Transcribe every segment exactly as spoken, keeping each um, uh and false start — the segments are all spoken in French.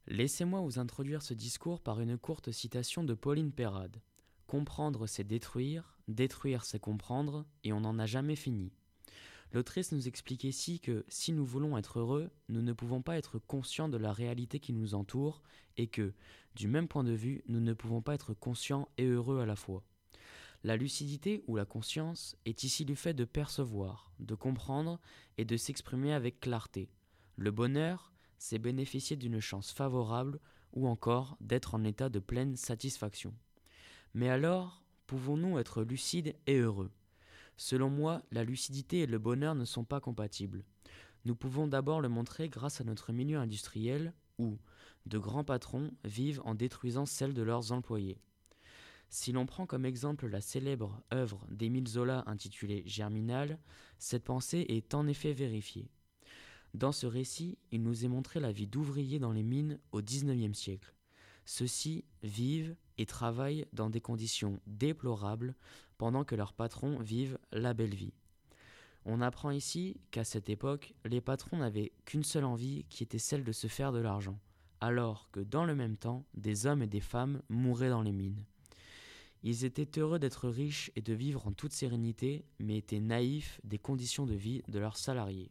Laissez-moi vous introduire ce discours par une courte citation de Pauline Perrade. Comprendre, c'est détruire, détruire, c'est comprendre, et on n'en a jamais fini. L'autrice nous explique ici que si nous voulons être heureux, nous ne pouvons pas être conscients de la réalité qui nous entoure et que, du même point de vue, nous ne pouvons pas être conscients et heureux à la fois. La lucidité ou la conscience est ici le fait de percevoir, de comprendre et de s'exprimer avec clarté. Le bonheur, c'est bénéficier d'une chance favorable ou encore d'être en état de pleine satisfaction. Mais alors, pouvons-nous être lucides et heureux ? Selon moi, la lucidité et le bonheur ne sont pas compatibles. Nous pouvons d'abord le montrer grâce à notre milieu industriel où de grands patrons vivent en détruisant celle de leurs employés. Si l'on prend comme exemple la célèbre œuvre d'Émile Zola intitulée Germinal, cette pensée est en effet vérifiée. Dans ce récit, il nous est montré la vie d'ouvriers dans les mines au dix-neuvième siècle. Ceux-ci vivent et travaillent dans des conditions déplorables pendant que leurs patrons vivent la belle vie. On apprend ici qu'à cette époque, les patrons n'avaient qu'une seule envie qui était celle de se faire de l'argent, alors que dans le même temps, des hommes et des femmes mouraient dans les mines. Ils étaient heureux d'être riches et de vivre en toute sérénité, mais étaient naïfs des conditions de vie de leurs salariés.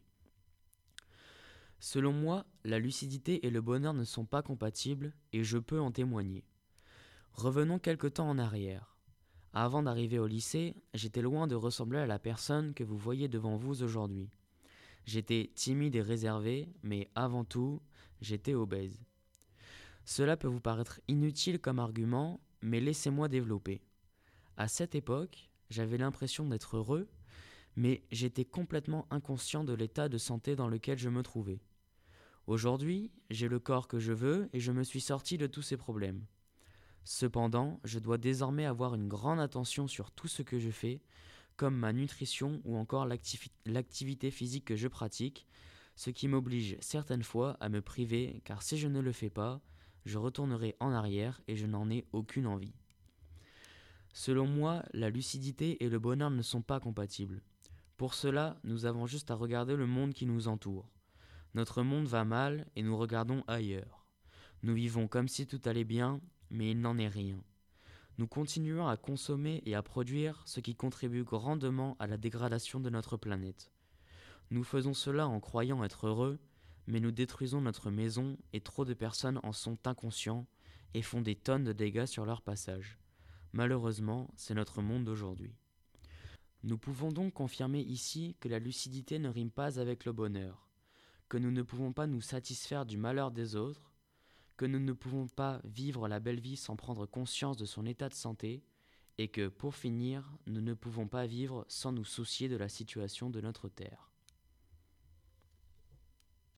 Selon moi, la lucidité et le bonheur ne sont pas compatibles, et je peux en témoigner. Revenons quelque temps en arrière. Avant d'arriver au lycée, j'étais loin de ressembler à la personne que vous voyez devant vous aujourd'hui. J'étais timide et réservé, mais avant tout, j'étais obèse. Cela peut vous paraître inutile comme argument, mais laissez-moi développer. À cette époque, j'avais l'impression d'être heureux, mais j'étais complètement inconscient de l'état de santé dans lequel je me trouvais. Aujourd'hui, j'ai le corps que je veux et je me suis sorti de tous ces problèmes. Cependant, je dois désormais avoir une grande attention sur tout ce que je fais, comme ma nutrition ou encore l'activi- l'activité physique que je pratique, ce qui m'oblige certaines fois à me priver car si je ne le fais pas, je retournerai en arrière et je n'en ai aucune envie. Selon moi, la lucidité et le bonheur ne sont pas compatibles. Pour cela, nous avons juste à regarder le monde qui nous entoure. Notre monde va mal et nous regardons ailleurs. Nous vivons comme si tout allait bien, mais il n'en est rien. Nous continuons à consommer et à produire ce qui contribue grandement à la dégradation de notre planète. Nous faisons cela en croyant être heureux, mais nous détruisons notre maison et trop de personnes en sont inconscients et font des tonnes de dégâts sur leur passage. Malheureusement, c'est notre monde d'aujourd'hui. Nous pouvons donc confirmer ici que la lucidité ne rime pas avec le bonheur, que nous ne pouvons pas nous satisfaire du malheur des autres, que nous ne pouvons pas vivre la belle vie sans prendre conscience de son état de santé, et que, pour finir, nous ne pouvons pas vivre sans nous soucier de la situation de notre terre.